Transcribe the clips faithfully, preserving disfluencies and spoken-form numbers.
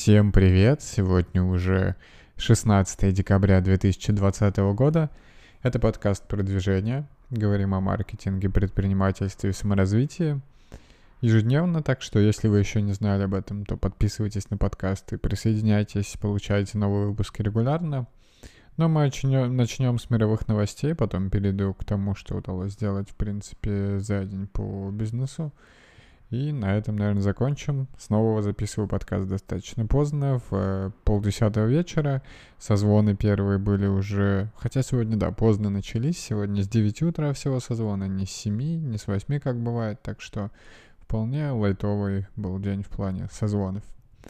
Всем привет! Сегодня уже шестнадцатое декабря две тысячи двадцатого года. Это подкаст «Продвижение». Говорим о маркетинге, предпринимательстве и саморазвитии ежедневно, так что если вы еще не знали об этом, то подписывайтесь на подкаст и присоединяйтесь, получайте новые выпуски регулярно. Но мы начнем, начнем с мировых новостей, потом перейду к тому, что удалось сделать, в принципе, за день по бизнесу. И на этом, наверное, закончим. Снова записываю подкаст достаточно поздно, в полдесятого вечера. Созвоны первые были уже... Хотя сегодня, да, поздно начались. Сегодня с девяти утра всего созвоны, не с семи, не с восьми, как бывает. Так что вполне лайтовый был день в плане созвонов.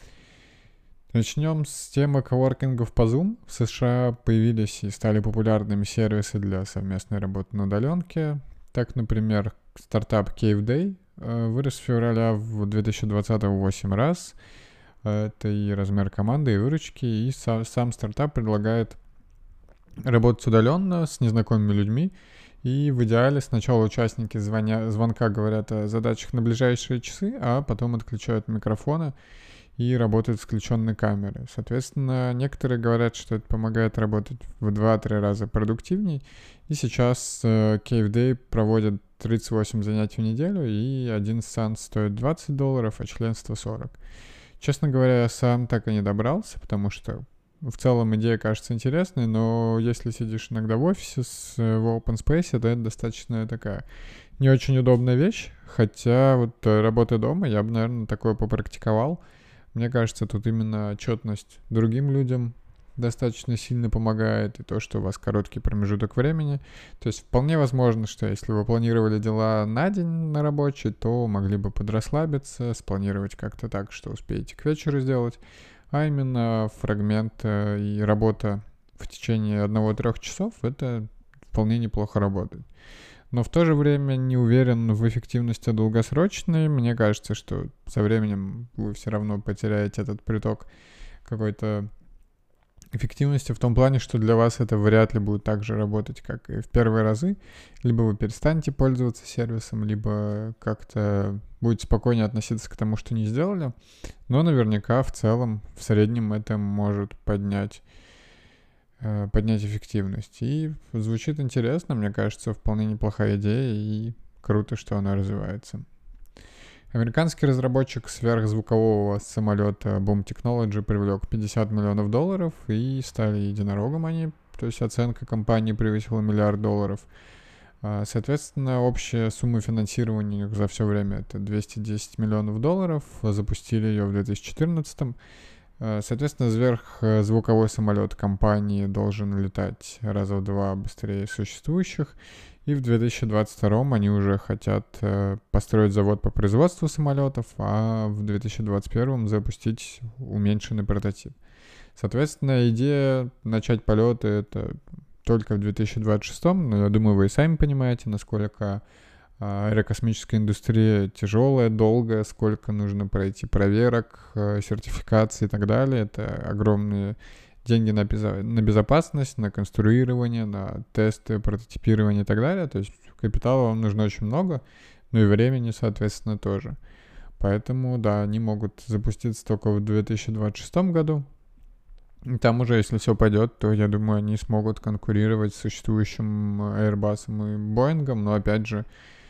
Начнем с темы коворкингов по Zoom. В США появились и стали популярными сервисы для совместной работы на удаленке. Так, например, стартап Cave Day вырос с февраля в две тысячи двадцатого в восемь раз. Это и размер команды, и выручки. И сам, сам стартап предлагает работать удаленно с незнакомыми людьми. И в идеале сначала участники звоня, звонка говорят о задачах на ближайшие часы, а потом отключают микрофоны и работают с включенной камерой. Соответственно, некоторые говорят, что это помогает работать в два-три раза продуктивней. И сейчас э, Cave Day проводят тридцать восемь занятий в неделю, и один сеанс стоит двадцать долларов, а членство сорок. Честно говоря, я сам так и не добрался, потому что в целом идея кажется интересной, но если сидишь иногда в офисе с, в open space, то это достаточно такая не очень удобная вещь. Хотя вот работая дома, я бы, наверное, такое попрактиковал. Мне кажется, тут именно отчетность другим людям достаточно сильно помогает, и то, что у вас короткий промежуток времени. То есть вполне возможно, что если вы планировали дела на день на рабочий, то могли бы подрасслабиться, спланировать как-то так, что успеете к вечеру сделать. А именно фрагмент и работа в течение одного-трех часов, это вполне неплохо работает. Но в то же время не уверен в эффективности долгосрочной. Мне кажется, что со временем вы все равно потеряете этот приток какой-то эффективности в том плане, что для вас это вряд ли будет так же работать, как и в первые разы. Либо вы перестанете пользоваться сервисом, либо как-то будете спокойнее относиться к тому, что не сделали. Но наверняка в целом, в среднем это может поднять поднять эффективность. И звучит интересно, мне кажется, вполне неплохая идея, и круто, что она развивается. Американский разработчик сверхзвукового самолета Boom Technology привлек пятьдесят миллионов долларов, и стали единорогом они, то есть оценка компании превысила миллиард долларов. Соответственно, общая сумма финансирования за все время это двести десять миллионов долларов, запустили ее в две тысячи четырнадцатом. Соответственно, сверхзвуковой самолет компании должен летать раза в два быстрее существующих. И в две тысячи двадцать втором они уже хотят построить завод по производству самолетов, а в две тысячи двадцать первом запустить уменьшенный прототип. Соответственно, идея начать полеты это только в две тысячи двадцать шестом, но я думаю, вы и сами понимаете, насколько аэрокосмическая индустрия тяжелая, долгая, сколько нужно пройти проверок, сертификаций и так далее. Это огромные деньги на, безо- на безопасность, на конструирование, на тесты, прототипирование и так далее. То есть капитала вам нужно очень много, но и времени, соответственно, тоже. Поэтому, да, они могут запуститься только в две тысячи двадцать шестом году. И там уже, если все пойдет, то, я думаю, они смогут конкурировать с существующим Airbus и Boeing, но, опять же,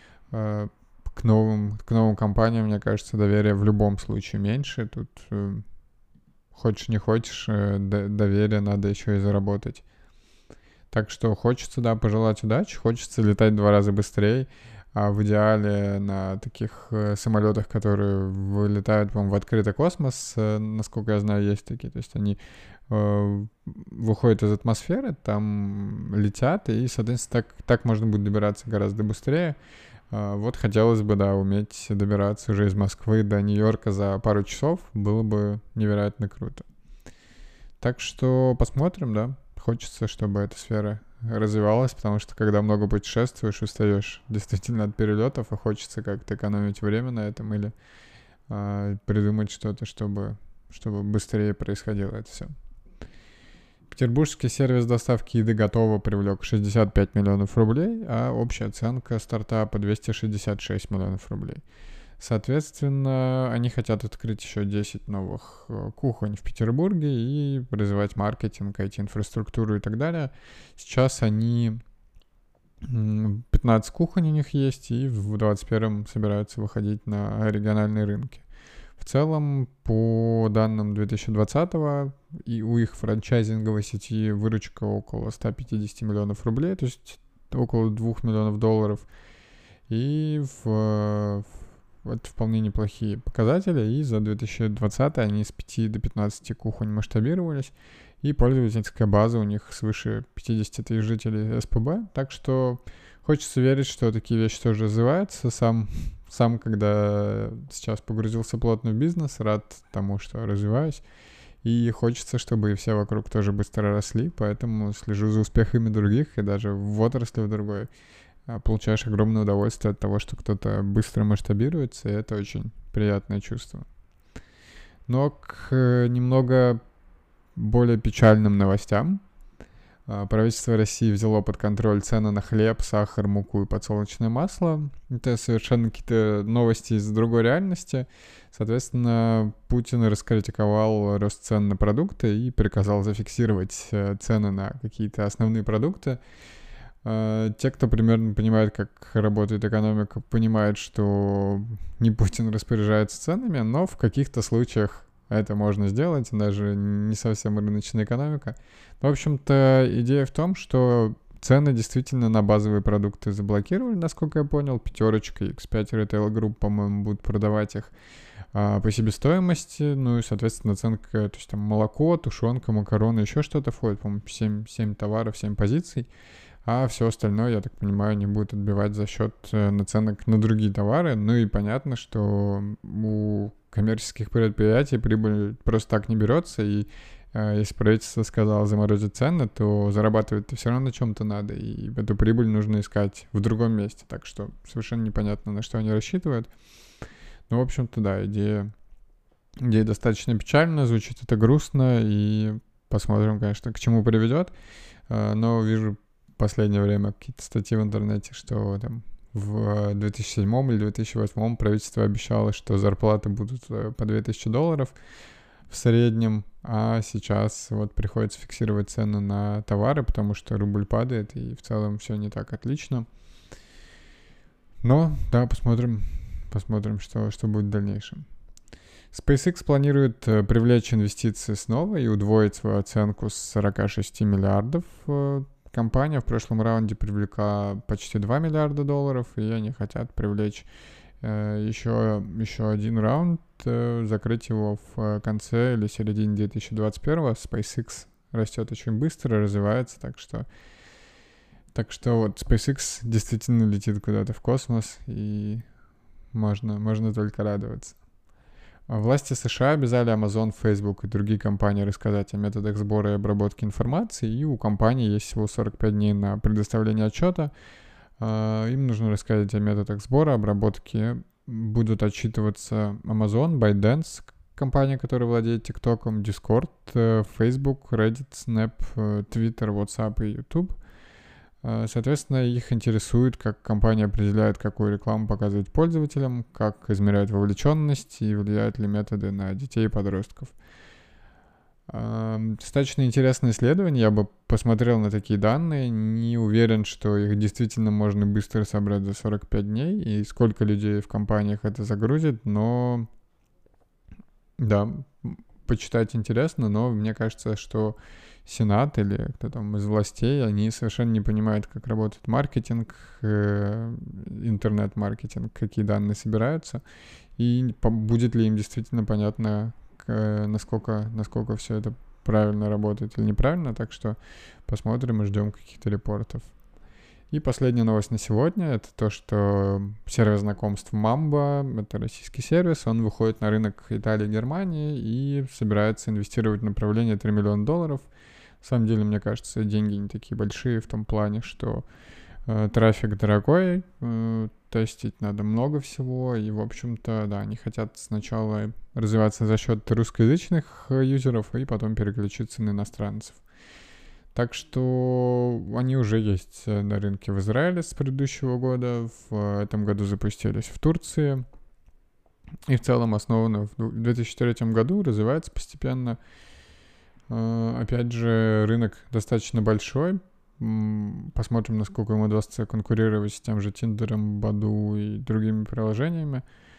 к новым, к новым компаниям, мне кажется, доверия в любом случае меньше. Тут э, хочешь не хочешь, э, доверие надо еще и заработать. Так что хочется, да, пожелать удачи, хочется летать два раза быстрее, а в идеале на таких э, самолетах, которые вылетают, по-моему, в открытый космос, э, насколько я знаю, есть такие. То есть они э, выходят из атмосферы, там летят, и, соответственно, так, так можно будет добираться гораздо быстрее. Вот хотелось бы, да, уметь добираться уже из Москвы до Нью-Йорка за пару часов. Было бы невероятно круто. Так что посмотрим, да. Хочется, чтобы эта сфера развивалась, потому что когда много путешествуешь, устаешь действительно от перелетов, и хочется как-то экономить время на этом или а, придумать что-то, чтобы, чтобы быстрее происходило это все. Петербургский сервис доставки еды «Готово» привлек шестьдесят пять миллионов рублей, а общая оценка стартапа двести шестьдесят шесть миллионов рублей. Соответственно, они хотят открыть еще десять новых кухонь в Петербурге и развивать маркетинг, ай ти-инфраструктуру и так далее. Сейчас они... пятнадцать кухонь у них есть, и в двадцать первом собираются выходить на региональные рынки. В целом, по данным две тысячи двадцатого, и у их франчайзинговой сети выручка около сто пятьдесят миллионов рублей, то есть около двух миллионов долларов. И в, в, это вполне неплохие показатели. И за две тысячи двадцатый они с пяти до пятнадцати кухонь масштабировались. И пользовательская база у них свыше пятьдесят тысяч жителей эс пэ бэ. Так что хочется верить, что такие вещи тоже развиваются. Сам, сам когда сейчас погрузился плотно в бизнес, рад тому, что развиваюсь. И хочется, чтобы и все вокруг тоже быстро росли. Поэтому слежу за успехами других. И даже в отрасли в другой получаешь огромное удовольствие от того, что кто-то быстро масштабируется. И это очень приятное чувство. Но к немного... более печальным новостям. Правительство России взяло под контроль цены на хлеб, сахар, муку и подсолнечное масло. Это совершенно какие-то новости из другой реальности. Соответственно, Путин раскритиковал рост цен на продукты и приказал зафиксировать цены на какие-то основные продукты. Те, кто примерно понимает, как работает экономика, понимают, что не Путин распоряжается ценами, но в каких-то случаях это можно сделать, даже не совсем рыночная экономика. В общем-то, идея в том, что цены действительно на базовые продукты заблокировали, насколько я понял. Пятерочка и икс пять Retail Group, по-моему, будут продавать их а, по себестоимости. Ну и, соответственно, оценка, то есть там молоко, тушенка, макароны, еще что-то входит. По-моему, семь, семь товаров, семь позиций. А все остальное, я так понимаю, они будут отбивать за счет наценок на другие товары. Ну и понятно, что у коммерческих предприятий прибыль просто так не берется, и э, если правительство сказало заморозить цены, то зарабатывать-то все равно на чем-то надо, и эту прибыль нужно искать в другом месте, так что совершенно непонятно, на что они рассчитывают. Ну, в общем-то, да, идея, идея достаточно печальная, звучит это грустно, и посмотрим, конечно, к чему приведет, э, но вижу в последнее время какие-то статьи в интернете, что там в две тысячи седьмом или две тысячи восьмом правительство обещало, что зарплаты будут по две тысячи долларов в среднем, а сейчас вот приходится фиксировать цены на товары, потому что рубль падает, и в целом все не так отлично. Но, да, посмотрим, посмотрим, что, что будет в дальнейшем. SpaceX планирует привлечь инвестиции снова и удвоить свою оценку с сорок шесть миллиардов. Компания в прошлом раунде привлекла почти два миллиарда долларов, и они хотят привлечь э, еще, еще один раунд, э, закрыть его в конце или середине две тысячи двадцать первого. SpaceX растет очень быстро, развивается, так что, так что вот SpaceX действительно летит куда-то в космос, и можно, можно только радоваться. Власти США обязали Amazon, Facebook и другие компании рассказать о методах сбора и обработки информации, и у компании есть всего сорок пять дней на предоставление отчета. Им нужно рассказать о методах сбора, обработки. Будут отчитываться Amazon, ByteDance, компания, которая владеет TikTok, Discord, Facebook, Reddit, Snap, Twitter, WhatsApp и YouTube. Соответственно, их интересует, как компания определяет, какую рекламу показывать пользователям, как измеряет вовлеченность и влияют ли методы на детей и подростков. Достаточно интересное исследование, я бы посмотрел на такие данные, не уверен, что их действительно можно быстро собрать за сорок пять дней, и сколько людей в компаниях это загрузит, но да, почитать интересно, но мне кажется, что Сенат или кто там из властей, они совершенно не понимают, как работает маркетинг, э, интернет-маркетинг, какие данные собираются, и по- будет ли им действительно понятно, к, насколько, насколько все это правильно работает или неправильно, так что посмотрим и ждем каких-то репортов. И последняя новость на сегодня — это то, что сервис знакомств Mamba, это российский сервис, он выходит на рынок Италии и Германии и собирается инвестировать в направление три миллиона долларов. На самом деле, мне кажется, деньги не такие большие в том плане, что э, трафик дорогой, э, тестить надо много всего, и, в общем-то, да, они хотят сначала развиваться за счет русскоязычных юзеров и потом переключиться на иностранцев. Так что они уже есть на рынке в Израиле с предыдущего года, в этом году запустились в Турции. и в целом основана в две тысячи третьем году, развивается постепенно. Опять же, рынок достаточно большой. Посмотрим, насколько ему удастся конкурировать с тем же Тиндером, Баду и другими приложениями.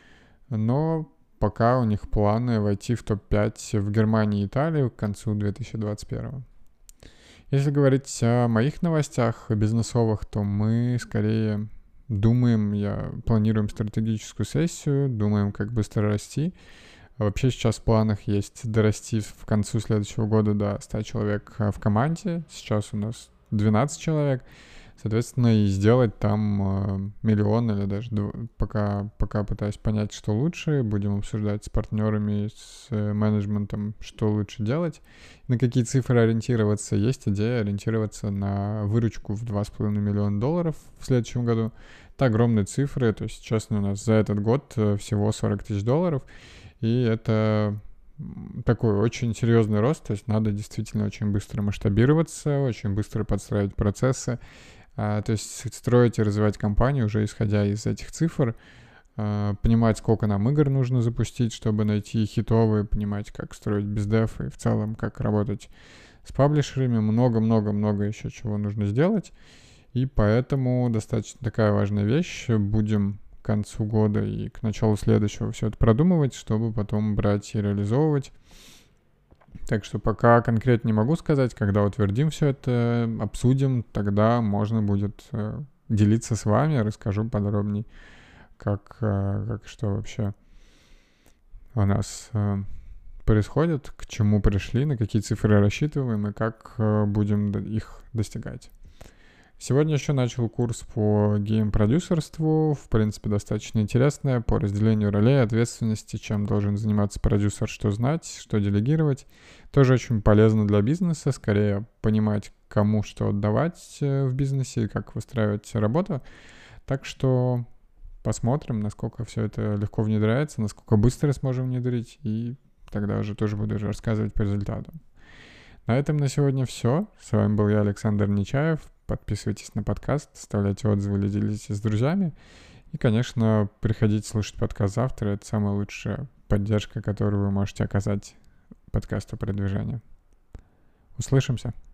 Но пока у них планы войти в топ пять в Германии и Италии к концу две тысячи двадцать первого. Если говорить о моих новостях бизнесовых, то мы скорее думаем, я планируем стратегическую сессию, думаем, как быстро расти. Вообще сейчас в планах есть дорасти в концу следующего года до ста человек в команде. Сейчас у нас двенадцать человек. Соответственно, и сделать там миллион или даже два, пока, пока пытаюсь понять, что лучше. Будем обсуждать с партнерами, с менеджментом, что лучше делать. На какие цифры ориентироваться. Есть идея ориентироваться на выручку в два с половиной миллиона долларов в следующем году. Это огромные цифры. То есть, честно, у нас за этот год всего сорок тысяч долларов. И это такой очень серьезный рост. То есть надо действительно очень быстро масштабироваться, очень быстро подстраивать процессы. Uh, то есть строить и развивать компанию уже исходя из этих цифр, uh, понимать, сколько нам игр нужно запустить, чтобы найти хитовые, понимать, как строить бездев и в целом, как работать с паблишерами. Много-много-много еще чего нужно сделать. И поэтому достаточно такая важная вещь. Будем к концу года и к началу следующего все это продумывать, чтобы потом брать и реализовывать. Так что пока конкретно не могу сказать, когда утвердим все это, обсудим, тогда можно будет э, делиться с вами, расскажу подробнее, как, э, как что вообще у нас э, происходит, к чему пришли, на какие цифры рассчитываем и как э, будем их достигать. Сегодня еще начал курс по гейм-продюсерству, в принципе, достаточно интересное, по разделению ролей, ответственности, чем должен заниматься продюсер, что знать, что делегировать. Тоже очень полезно для бизнеса, скорее понимать, кому что отдавать в бизнесе и как выстраивать работу. Так что посмотрим, насколько все это легко внедряется, насколько быстро сможем внедрить, и тогда уже тоже буду рассказывать по результатам. На этом на сегодня все. С вами был я, Александр Нечаев. Подписывайтесь на подкаст, оставляйте отзывы или делитесь с друзьями. И, конечно, приходите слушать подкаст завтра. Это самая лучшая поддержка, которую вы можете оказать подкасту продвижения. Услышимся!